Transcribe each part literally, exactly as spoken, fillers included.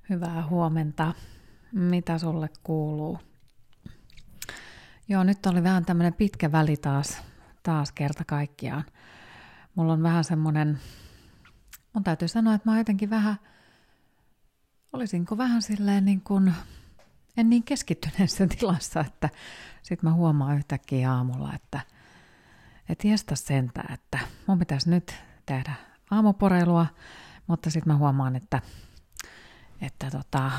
Hyvää huomenta. Mitä sulle kuuluu? Joo, nyt oli vähän tämmönen pitkä väli taas, taas kerta kaikkiaan. Mulla on vähän semmonen, mun täytyy sanoa, että mä oon jotenkin vähän, olisinko vähän silleen niin kuin, en niin keskittyneessä tilassa, että sit mä huomaan yhtäkkiä aamulla, että et jästä sentään, että mun pitäisi nyt tehdä aamuporeilua, mutta sit mä huomaan, että että tota,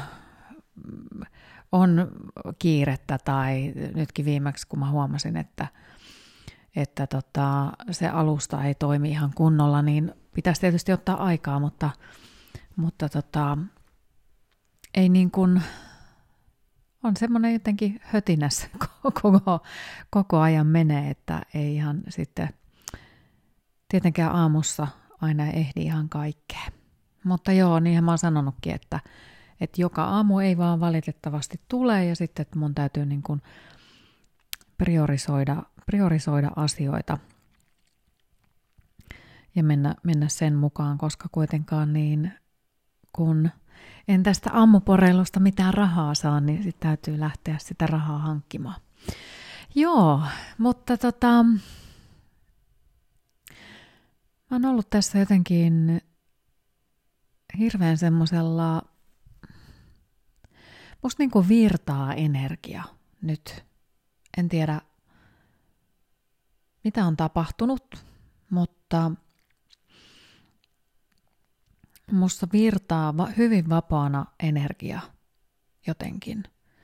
on kiirettä tai nytkin viimeksi, kun mä huomasin, että, että tota, se alusta ei toimi ihan kunnolla, niin pitäisi tietysti ottaa aikaa, mutta, mutta tota, ei niin kuin, on semmoinen jotenkin hötinässä koko, koko ajan menee, että ei ihan sitten tietenkään aamussa aina ehdi ihan kaikkea. Mutta joo, niinhän mä oon sanonutkin, että, että joka aamu ei vaan valitettavasti tule ja sitten että mun täytyy niin kuin priorisoida, priorisoida asioita ja mennä, mennä sen mukaan, koska kuitenkaan niin kun en tästä aamuporeilusta mitään rahaa saa, niin sitten täytyy lähteä sitä rahaa hankkimaan. Joo, mutta tota, mä oon ollut tässä jotenkin hirveän semmoisella, musta niin kuin virtaa energia nyt. En tiedä, mitä on tapahtunut, mutta musta virtaa va- hyvin vapaana energia jotenkin.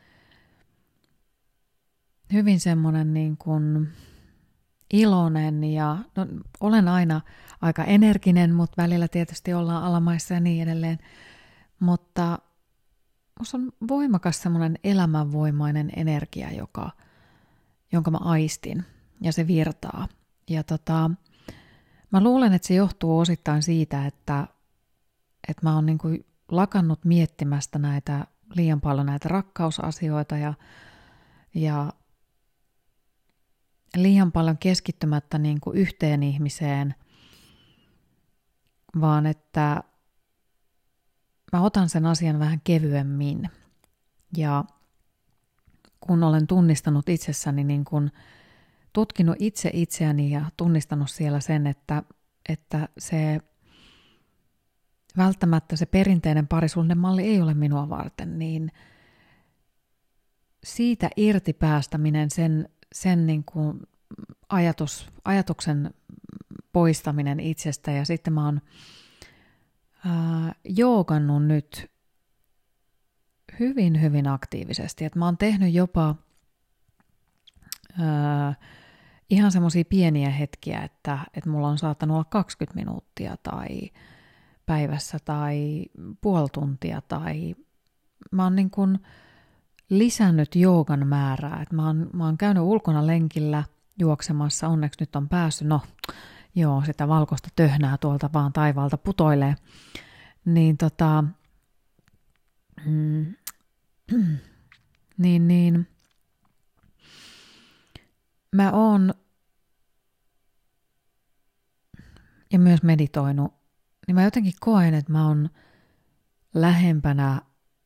Hyvin semmoinen niin kuin iloinen ja no, olen aina aika energinen, mutta välillä tietysti ollaan alamaissa ja niin edelleen. Mutta musta on voimakas semmoinen elämänvoimainen energia, joka, jonka mä aistin ja se virtaa. Ja tota, mä luulen, että se johtuu osittain siitä, että, että mä oon niin kuin lakannut miettimästä näitä liian paljon näitä rakkausasioita ja, ja liian paljon keskittymättä niin kuin yhteen ihmiseen, vaan että mä otan sen asian vähän kevyemmin. Ja kun olen tunnistanut itsessäni, niin kun tutkinut itse itseäni ja tunnistanut siellä sen, että, että se välttämättä se perinteinen parisuhdemalli ei ole minua varten, niin siitä irti päästäminen, sen, sen niin kuin ajatus, ajatuksen poistaminen itsestä ja sitten mä oon ää, joogannut nyt hyvin, hyvin aktiivisesti. Et mä oon tehnyt jopa ää, ihan semmoisia pieniä hetkiä, että, että mulla on saattanut olla kaksikymmentä minuuttia tai päivässä tai puoli tuntia tai mä oon niin kuin lisännyt joogan määrää. Et mä, oon, mä oon käynyt ulkona lenkillä juoksemassa, onneksi nyt on päässyt, no joo, sitä valkoista töhnää tuolta vaan taivaalta putoilee, niin tota, mm, niin, niin, mä oon ja myös meditoinut, niin mä jotenkin koen, että mä oon lähempänä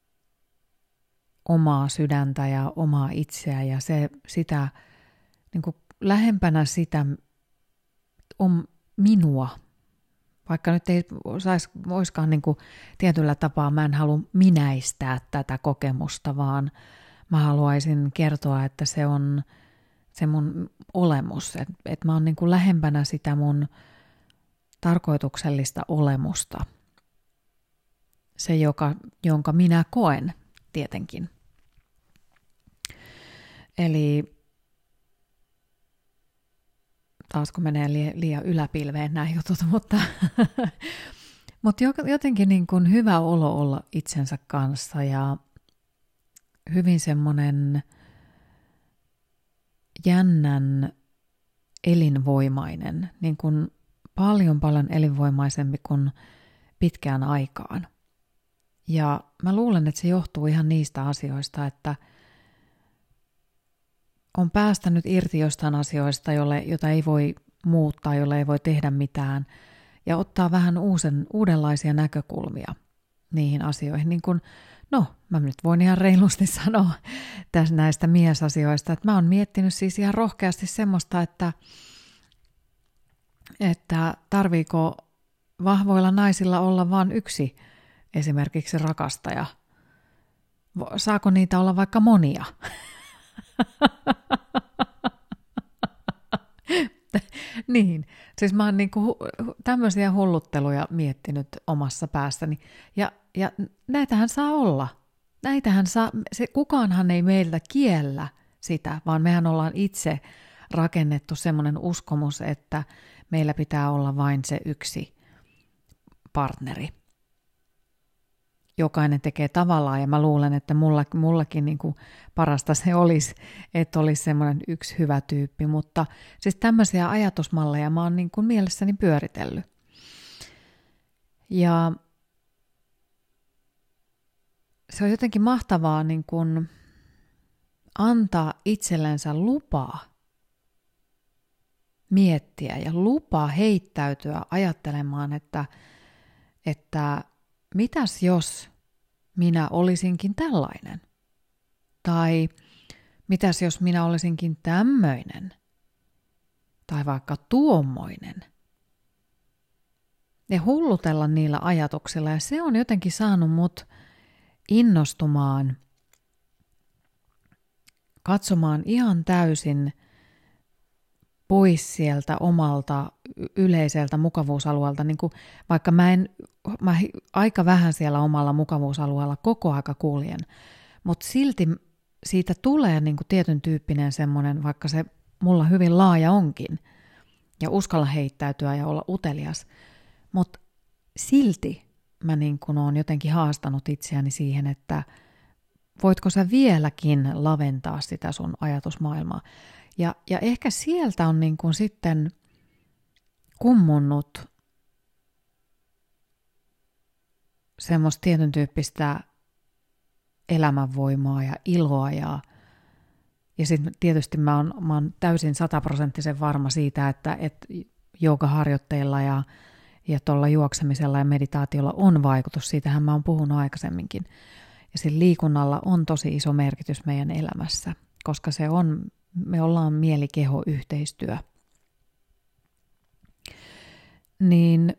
omaa sydäntä ja omaa itseä ja se, sitä, niin kuin lähempänä sitä on minua, vaikka nyt ei sais, voiskaan niin kuin tietyllä tapaa, mä en halua minäistää tätä kokemusta, vaan mä haluaisin kertoa, että se on se mun olemus, että et mä oon niin kuin lähempänä sitä mun tarkoituksellista olemusta, se joka, jonka minä koen tietenkin. Eli taas kun menee liian yläpilveen nämä jutut, mutta, mutta jotenkin niin kuin hyvä olo olla itsensä kanssa ja hyvin semmoinen jännän elinvoimainen, niin kuin paljon paljon elinvoimaisempi kuin pitkään aikaan. Ja mä luulen, että se johtuu ihan niistä asioista, että on päästänyt irti jostain asioista, jolle, jota ei voi muuttaa, jolle ei voi tehdä mitään, ja ottaa vähän uusen, uudenlaisia näkökulmia. niihin asioihin. Niin kun, no, mä nyt voin ihan reilusti sanoa tässä näistä miesasioista, että mä oon miettinyt siis ihan rohkeasti semmoista, että, että tarviiko vahvoilla naisilla olla vain yksi esimerkiksi rakastaja. Saako niitä olla vaikka monia? Niin, siis mä oon niinku tämmöisiä hullutteluja miettinyt omassa päässäni. Ja, ja näitähän saa olla. Näitähän saa, se, kukaanhan ei meiltä kiellä sitä, vaan mehän ollaan itse rakennettu semmoinen uskomus, että meillä pitää olla vain se yksi partneri. Jokainen tekee tavallaan, ja mä luulen, että mulla, mullakin niin kuin parasta se olisi, että olisi semmoinen yksi hyvä tyyppi, mutta siis tämmöisiä ajatusmalleja mä oon niin kuin mielessäni pyöritellyt. Ja se on jotenkin mahtavaa niin kuin antaa itsellensä lupaa miettiä ja lupaa heittäytyä ajattelemaan, että, että mitäs jos minä olisinkin tällainen? Tai mitäs jos minä olisinkin tämmöinen? Tai vaikka tuommoinen? Ja hullutella niillä ajatuksilla. Ja se on jotenkin saanut mut innostumaan, katsomaan ihan täysin pois sieltä omalta yleiseltä mukavuusalueelta, niin kuin vaikka mä en, mä aika vähän siellä omalla mukavuusalueella koko aika kuljen, mutta silti siitä tulee niin kuin tietyn tyyppinen semmoinen, vaikka se mulla hyvin laaja onkin, ja uskalla heittäytyä ja olla utelias, mutta silti mä niin kuin oon jotenkin haastanut itseäni siihen, että voitko sä vieläkin laventaa sitä sun ajatusmaailmaa. Ja, ja ehkä sieltä on niin kuin sitten kummunnut semmoista tietyn tyyppistä elämänvoimaa ja iloa. Ja, ja sitten tietysti mä oon, mä oon täysin sataprosenttisen varma siitä, että, että joogaharjoitteilla ja, ja tuolla juoksemisella ja meditaatiolla on vaikutus. Siitähän mä oon puhunut aikaisemminkin. Ja sillä liikunnalla on tosi iso merkitys meidän elämässä, koska se on, me ollaan mieli-keho-yhteistyö. Niin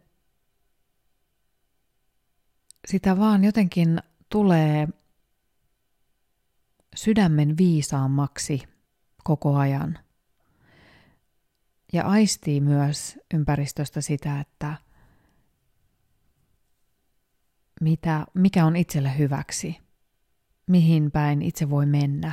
sitä vaan jotenkin tulee sydämen viisaammaksi koko ajan. Ja aistii myös ympäristöstä sitä, että mitä, mikä on itselle hyväksi, mihin päin itse voi mennä.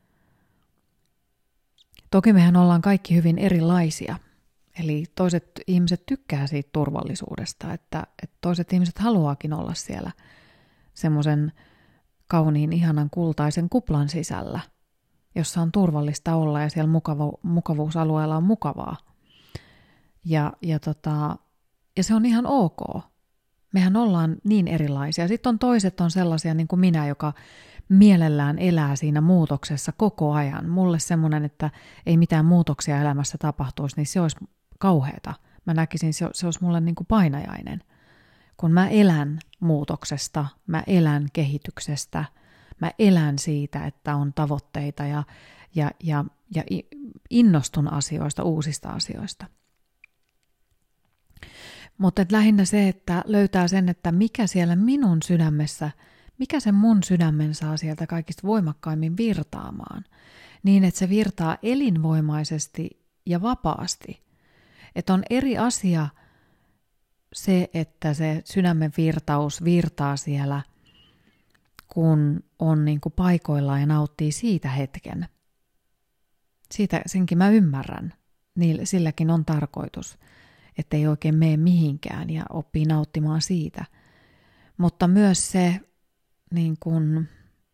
Toki mehän ollaan kaikki hyvin erilaisia. Eli toiset ihmiset tykkää siitä turvallisuudesta, että, että toiset ihmiset haluaakin olla siellä semmoisen kauniin, ihanan, kultaisen kuplan sisällä, jossa on turvallista olla ja siellä mukavu, mukavuusalueella on mukavaa. Ja, ja, tota, ja se on ihan ok. Mehän ollaan niin erilaisia. Sitten on toiset on sellaisia niin kuin minä, joka mielellään elää siinä muutoksessa koko ajan. Mulle semmoinen, että ei mitään muutoksia elämässä tapahtuisi, niin se olisi kauheata. Mä näkisin, se, se olisi mulle niin kuin painajainen. Kun mä elän muutoksesta, mä elän kehityksestä, mä elän siitä, että on tavoitteita ja, ja, ja, ja innostun asioista, uusista asioista. Mutta lähinnä se, että löytää sen, että mikä siellä minun sydämessä, mikä se mun sydämen saa sieltä kaikista voimakkaimmin virtaamaan, niin että se virtaa elinvoimaisesti ja vapaasti. Että on eri asia se, että se sydämen virtaus virtaa siellä, kun on niin kuin paikoillaan ja nauttii siitä hetken. Siitä, senkin mä ymmärrän. Niin, silläkin on tarkoitus, että ei oikein mene mihinkään ja oppii nauttimaan siitä. Mutta myös se, niin kun,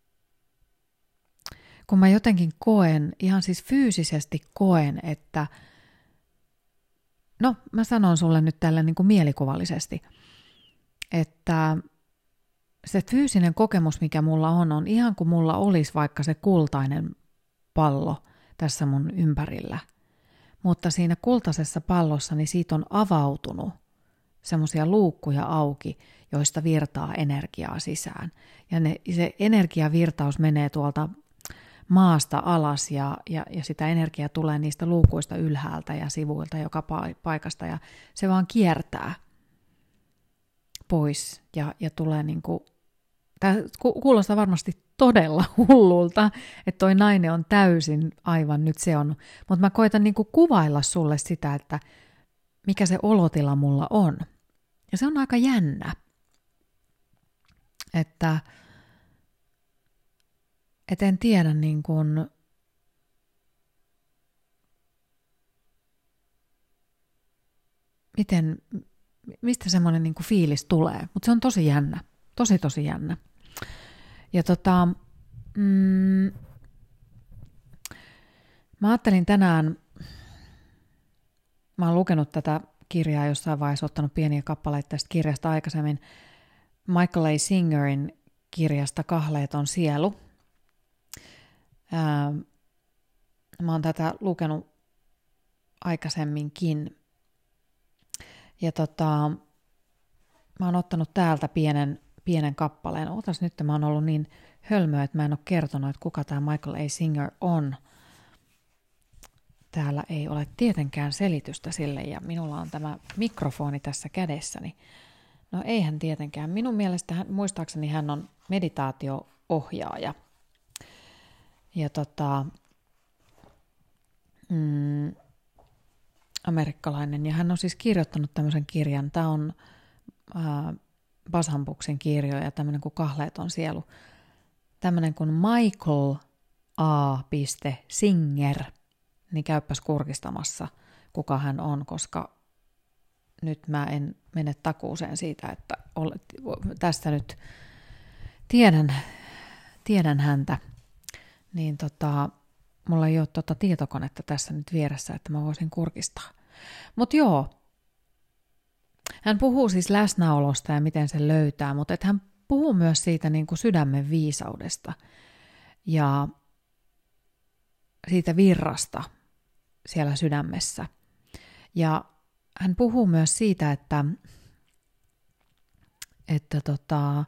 kun mä jotenkin koen, ihan siis fyysisesti koen, että no mä sanon sulle nyt tällä niin kuin mielikuvallisesti, että se fyysinen kokemus, mikä mulla on, on ihan kuin mulla olisi vaikka se kultainen pallo tässä mun ympärillä. Mutta siinä kultaisessa pallossa, niin siitä on avautunut semmoisia luukkuja auki, joista virtaa energiaa sisään. Ja ne, se energiavirtaus menee tuolta maasta alas ja, ja, ja sitä energiaa tulee niistä luukuista ylhäältä ja sivuilta joka paikasta ja se vaan kiertää pois ja, ja tulee niin kuin, tämä kuulostaa varmasti todella hullulta, että toi nainen on täysin aivan nyt se on, mutta mä koitan niin kuin kuvailla sulle sitä, että mikä se olotila mulla on. Ja se on aika jännä, että et en tiedä niin kuin, miten, mistä semmoinen niin kuin fiilis tulee, mutta se on tosi jännä, tosi tosi jännä. Ja tota, mm, mä ajattelin tänään, mä oon lukenut tätä kirjaa jossain vaiheessa, ottanut pieniä kappaleita tästä kirjasta aikaisemmin, Michael A. Singerin kirjasta Kahleeton sielu. Ää, mä oon tätä lukenut aikaisemminkin. Ja tota, mä oon ottanut täältä pienen, pienen kappaleen. Ootas nyt, mä oon ollut niin hölmöä, että mä en ole kertonut, että kuka tämä Michael A. Singer on. Täällä ei ole tietenkään selitystä sille, ja minulla on tämä mikrofoni tässä kädessäni. No eihän tietenkään. Minun mielestä, hän, muistaakseni hän on meditaatio-ohjaaja. Ja tota, mm, amerikkalainen. Ja hän on siis kirjoittanut tämmöisen kirjan. Tämä on äh, Bas Hambuksin kirjoja, tämmöinen kuin Kahleeton sielu. Tämmöinen kuin Michael A. Singer. Niin käyppäs kurkistamassa, kuka hän on, koska nyt mä en mene takuuseen siitä, että tästä nyt tiedän, tiedän häntä. Niin tota, mulla ei ole tota tietokonetta tässä nyt vieressä, että mä voisin kurkistaa. Mutta joo, hän puhuu siis läsnäolosta ja miten se löytää, mutta et hän puhuu myös siitä niin kuin sydämen viisaudesta ja siitä virrasta siellä sydämessä. Ja hän puhuu myös siitä, että, että tota,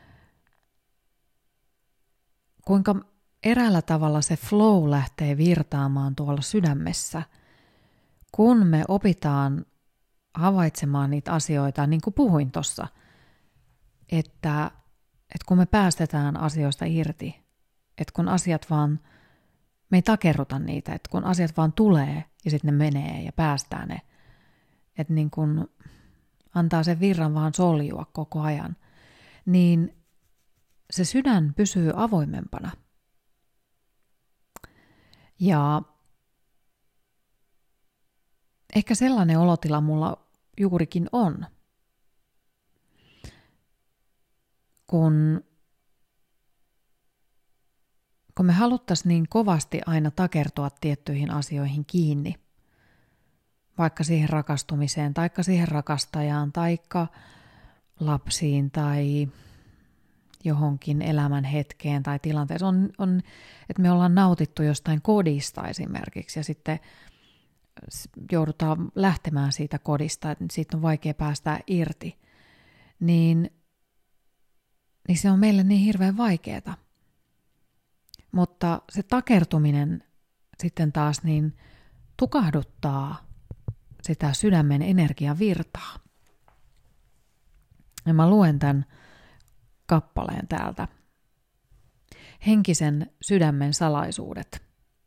kuinka eräällä tavalla se flow lähtee virtaamaan tuolla sydämessä, kun me opitaan havaitsemaan niitä asioita, niin kuin puhuin tuossa, että, että kun me päästetään asioista irti, että kun asiat vaan, me ei takerruta niitä, että kun asiat vaan tulee ja sitten ne menee ja päästään ne, että niin kun antaa sen virran vaan soljua koko ajan, niin se sydän pysyy avoimempana. Ja ehkä sellainen olotila mulla juurikin on, kun, kun me haluttaisiin niin kovasti aina takertua tiettyihin asioihin kiinni, vaikka siihen rakastumiseen, taikka siihen rakastajaan, taikka lapsiin tai johonkin elämän hetkeen tai tilanteeseen. On, on, että me ollaan nautittu jostain kodista esimerkiksi ja sitten joudutaan lähtemään siitä kodista, että siitä on vaikea päästä irti, niin, niin se on meille niin hirveän vaikeaa. Mutta se takertuminen sitten taas niin tukahduttaa sitä sydämen energiavirtaa. Ja mä luen tämän kappaleen täältä. Henkisen sydämen salaisuudet.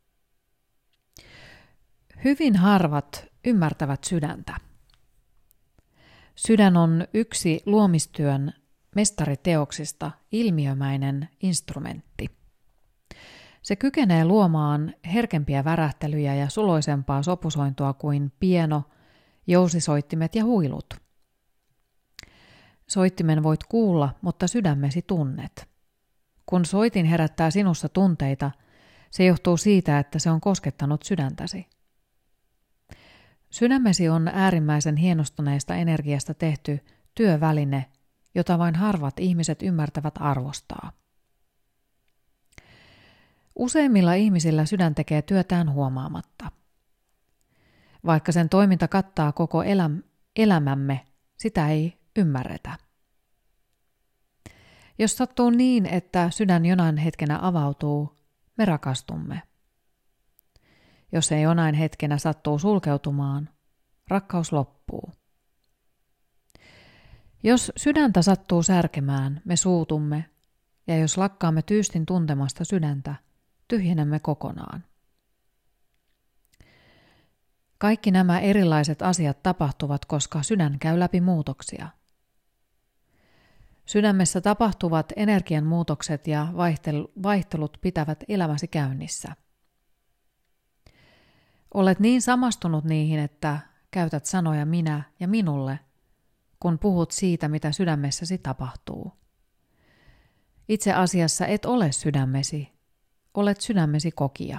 Hyvin harvat ymmärtävät sydäntä. Sydän on yksi luomistyön mestariteoksista ilmiömäinen instrumentti. Se kykenee luomaan herkempiä värähtelyjä ja suloisempaa sopusointua kuin pieno, jousisoittimet ja huilut. Soittimen voit kuulla, mutta sydämesi tunnet. Kun soitin herättää sinussa tunteita, se johtuu siitä, että se on koskettanut sydäntäsi. Sydämesi on äärimmäisen hienostuneesta energiasta tehty työväline, jota vain harvat ihmiset ymmärtävät arvostaa. Useimmilla ihmisillä sydän tekee työtään huomaamatta. Vaikka sen toiminta kattaa koko eläm- elämämme, Sitä ei ymmärretä. Jos sattuu niin, että sydän jonain hetkenä avautuu, me rakastumme. Jos se jonain hetkenä sattuu sulkeutumaan, rakkaus loppuu. Jos sydäntä sattuu särkemään, me suutumme, ja jos lakkaamme tyystin tuntemasta sydäntä, tyhjennämme kokonaan. Kaikki nämä erilaiset asiat tapahtuvat, koska sydän käy läpi muutoksia. Sydämessä tapahtuvat energian muutokset ja vaihtelut pitävät elämäsi käynnissä. Olet niin samastunut niihin, että käytät sanoja minä ja minulle, kun puhut siitä, mitä sydämessäsi tapahtuu. Itse asiassa et ole sydämesi, olet sydämesi kokija.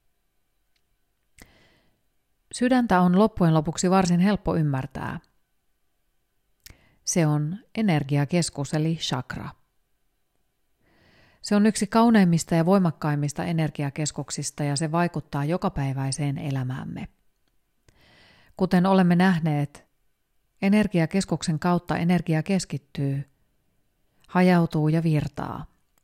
Sydäntä on loppujen lopuksi varsin helppo ymmärtää. Se on energiakeskus eli chakra. Se on yksi kauneimmista ja voimakkaimmista energiakeskuksista ja se vaikuttaa jokapäiväiseen elämäämme. Kuten olemme nähneet, energiakeskuksen kautta energia keskittyy, hajautuu ja virtaa.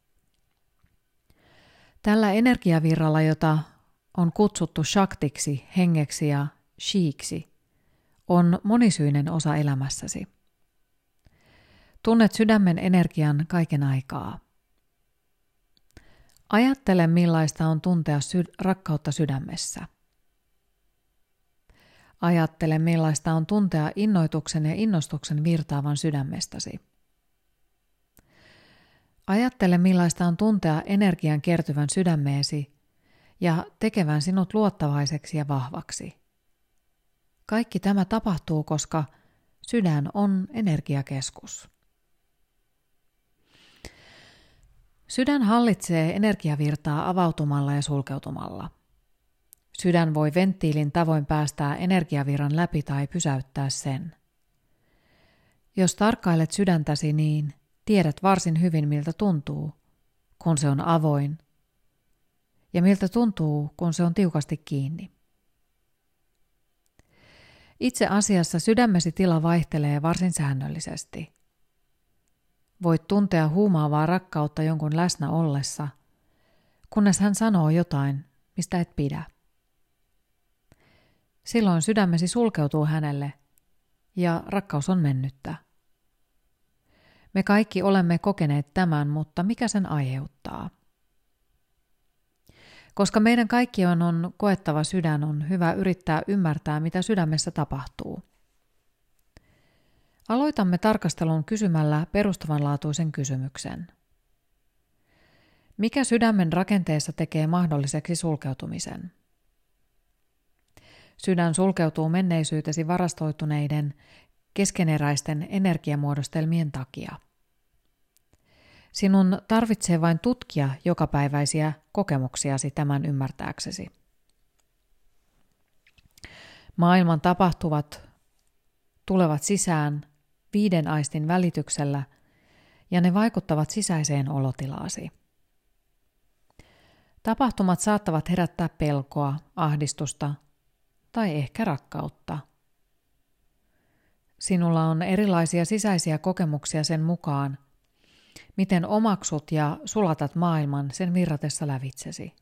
Tällä energiavirralla, jota on kutsuttu shaktiksi, hengeksi ja shiiksi, on monisyinen osa elämässäsi. Tunnet sydämen energian kaiken aikaa. Ajattele, millaista on tuntea sy- rakkautta sydämessä. Ajattele, millaista on tuntea innoituksen ja innostuksen virtaavan sydämestäsi. Ajattele, millaista on tuntea energian kertyvän sydämeesi ja tekevän sinut luottavaiseksi ja vahvaksi. Kaikki tämä tapahtuu, koska sydän on energiakeskus. Sydän hallitsee energiavirtaa avautumalla ja sulkeutumalla. Sydän voi venttiilin tavoin päästää energiavirran läpi tai pysäyttää sen. Jos tarkkailet sydäntäsi, niin tiedät varsin hyvin, miltä tuntuu, kun se on avoin, ja miltä tuntuu, kun se on tiukasti kiinni. Itse asiassa sydämesi tila vaihtelee varsin säännöllisesti. Voit tuntea huumaavaa rakkautta jonkun läsnä ollessa, kunnes hän sanoo jotain, mistä et pidä. Silloin sydämesi sulkeutuu hänelle ja rakkaus on mennyttä. Me kaikki olemme kokeneet tämän, mutta mikä sen aiheuttaa? Koska meidän kaikkien on koettava sydän, on hyvä yrittää ymmärtää, mitä sydämessä tapahtuu. Aloitamme tarkastelun kysymällä perustavanlaatuisen kysymyksen. Mikä sydämen rakenteessa tekee mahdolliseksi sulkeutumisen? Sydän sulkeutuu menneisyytesi varastoituneiden keskeneräisten energiamuodostelmien takia. Sinun tarvitsee vain tutkia jokapäiväisiä kokemuksiasi tämän ymmärtääksesi. Maailman tapahtuvat tulevat sisään viiden aistin välityksellä ja ne vaikuttavat sisäiseen olotilaasi. Tapahtumat saattavat herättää pelkoa, ahdistusta tai ehkä rakkautta. Sinulla on erilaisia sisäisiä kokemuksia sen mukaan, miten omaksut ja sulatat maailman sen virratessa lävitsesi.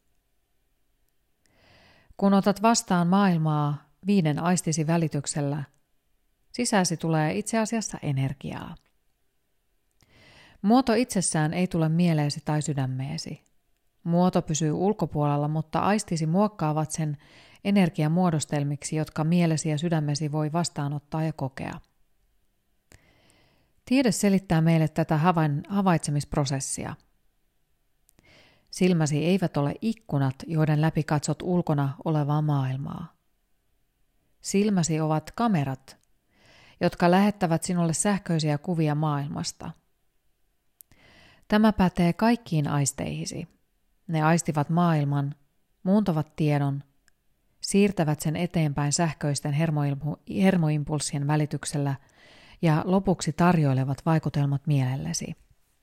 Kun otat vastaan maailmaa viiden aistisi välityksellä, sisäsi tulee itse asiassa energiaa. Muoto itsessään ei tule mieleesi tai sydämeesi. Muoto pysyy ulkopuolella, mutta aistisi muokkaavat sen energiamuodostelmiksi, jotka mielesi ja sydämesi voi vastaanottaa ja kokea. Tiede selittää meille tätä havaitsemisprosessia. Silmäsi eivät ole ikkunat, joiden läpi katsot ulkona olevaa maailmaa. Silmäsi ovat kamerat, jotka lähettävät sinulle sähköisiä kuvia maailmasta. Tämä pätee kaikkiin aisteihisi. Ne aistivat maailman, muuntavat tiedon, siirtävät sen eteenpäin sähköisten hermoimpulssien välityksellä ja lopuksi tarjoilevat vaikutelmat mielellesi.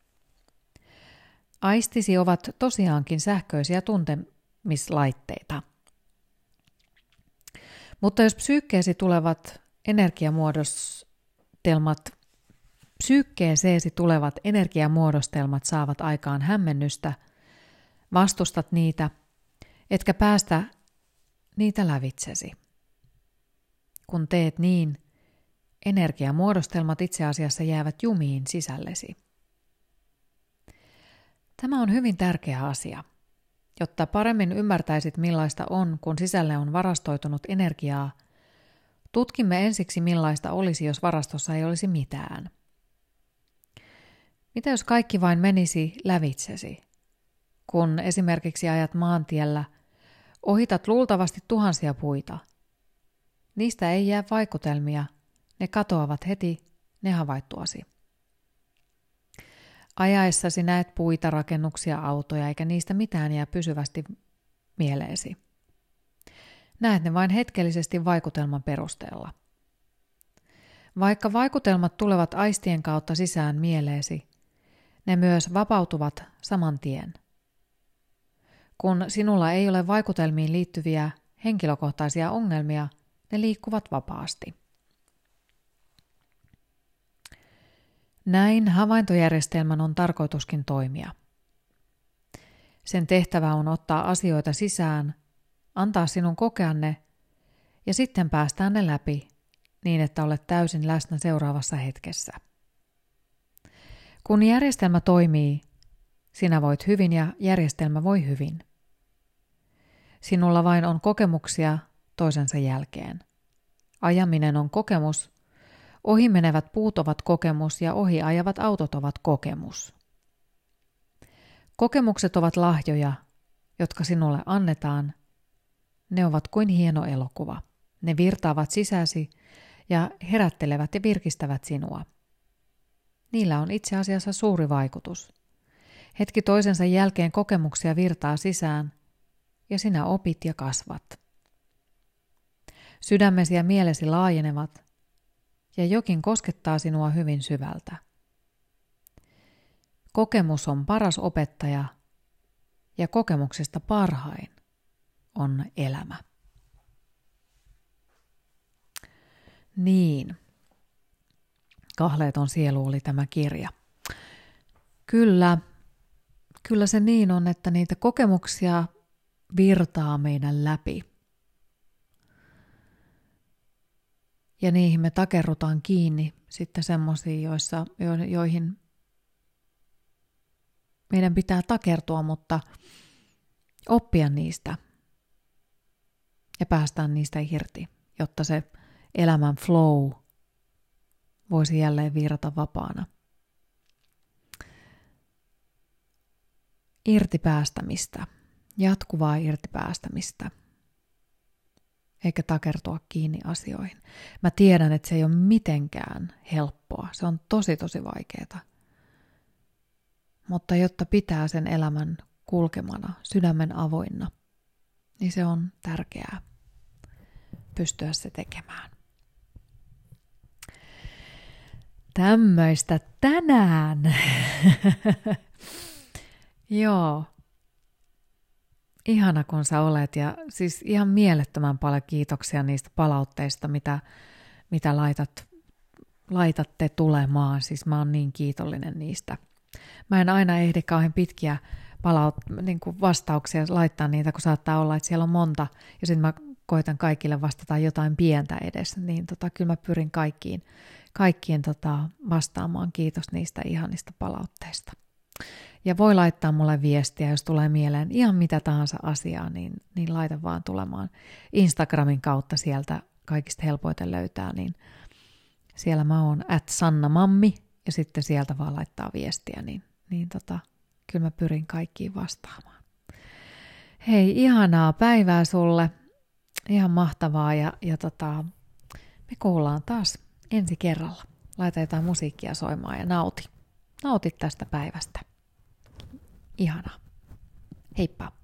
Aistisi ovat tosiaankin sähköisiä tuntemislaitteita. Mutta jos psyykkeesi tulevat energiamuodos, muodostelmat, psyykkeeseesi tulevat energiamuodostelmat saavat aikaan hämmennystä, vastustat niitä, etkä päästä niitä lävitsesi. Kun teet niin, energiamuodostelmat itse asiassa jäävät jumiin sisällesi. Tämä on hyvin tärkeä asia. Jotta paremmin ymmärtäisit millaista on, kun sisälle on varastoitunut energiaa, tutkimme ensiksi millaista olisi, jos varastossa ei olisi mitään. Mitä jos kaikki vain menisi lävitsesi? Kun esimerkiksi ajat maantiellä, ohitat luultavasti tuhansia puita. Niistä ei jää vaikutelmia, ne katoavat heti ne havaittuasi. Ajaessasi näet puita, rakennuksia, autoja, eikä niistä mitään jää pysyvästi mieleesi. Näet ne vain hetkellisesti vaikutelman perusteella. Vaikka vaikutelmat tulevat aistien kautta sisään mieleesi, ne myös vapautuvat saman tien. Kun sinulla ei ole vaikutelmiin liittyviä henkilökohtaisia ongelmia, ne liikkuvat vapaasti. Näin havaintojärjestelmän on tarkoituskin toimia. Sen tehtävä on ottaa asioita sisään, antaa sinun kokea ne ja sitten päästään ne läpi niin, että olet täysin läsnä seuraavassa hetkessä. Kun järjestelmä toimii, sinä voit hyvin ja järjestelmä voi hyvin. Sinulla vain on kokemuksia toisensa jälkeen. Ajaminen on kokemus, ohimenevät puut ovat kokemus ja ohi ajavat autot ovat kokemus. Kokemukset ovat lahjoja, jotka sinulle annetaan. Ne ovat kuin hieno elokuva. Ne virtaavat sisäsi ja herättelevät ja virkistävät sinua. Niillä on itse asiassa suuri vaikutus. Hetki toisensa jälkeen kokemuksia virtaa sisään ja sinä opit ja kasvat. Sydämesi ja mielesi laajenevat ja jokin koskettaa sinua hyvin syvältä. Kokemus on paras opettaja ja kokemuksesta parhain on elämä. Niin, Kahleeton sielu oli tämä kirja. Kyllä, kyllä se niin on, että niitä kokemuksia virtaa meidän läpi. Ja niihin me takerrutaan kiinni sitten semmoisiin, joissa, jo, joihin meidän pitää takertua, mutta oppia niistä ja päästään niistä irti, jotta se elämän flow voisi jälleen virrata vapaana. Irtipäästämistä, jatkuvaa irtipäästämistä, eikä takertua kiinni asioihin. Mä tiedän, että se ei ole mitenkään helppoa, se on tosi tosi vaikeaa. Mutta jotta pitää sen elämän kulkemana, sydämen avoinna, niin se on tärkeää pystyä se tekemään. Tämmöistä tänään. Joo. Ihana kun sä olet ja siis ihan mielettömän paljon kiitoksia niistä palautteista, mitä, mitä laitat, laitatte tulemaan. Siis mä oon niin kiitollinen niistä. Mä en aina ehdi kauhean pitkiä palaut- niin kuin vastauksia laittaa niitä, kun saattaa olla, että siellä on monta ja sitten mä koitan kaikille vastata jotain pientä edes, niin tota, kyllä mä pyrin kaikkiin, kaikkiin tota, vastaamaan. Kiitos niistä ihanista palautteista. Ja voi laittaa mulle viestiä, jos tulee mieleen ihan mitä tahansa asiaa, niin, niin laita vaan tulemaan Instagramin kautta, sieltä kaikista helpoiten löytää, niin siellä mä oon at sannamammi ja sitten sieltä vaan laittaa viestiä, niin, niin tota, kyllä mä pyrin kaikkiin vastaamaan. Hei, ihanaa päivää sulle, ihan mahtavaa ja, ja tota, me kuullaan taas ensi kerralla. Laita jotain musiikkia soimaan ja nauti. Nautit tästä päivästä. Ihanaa. Heippa.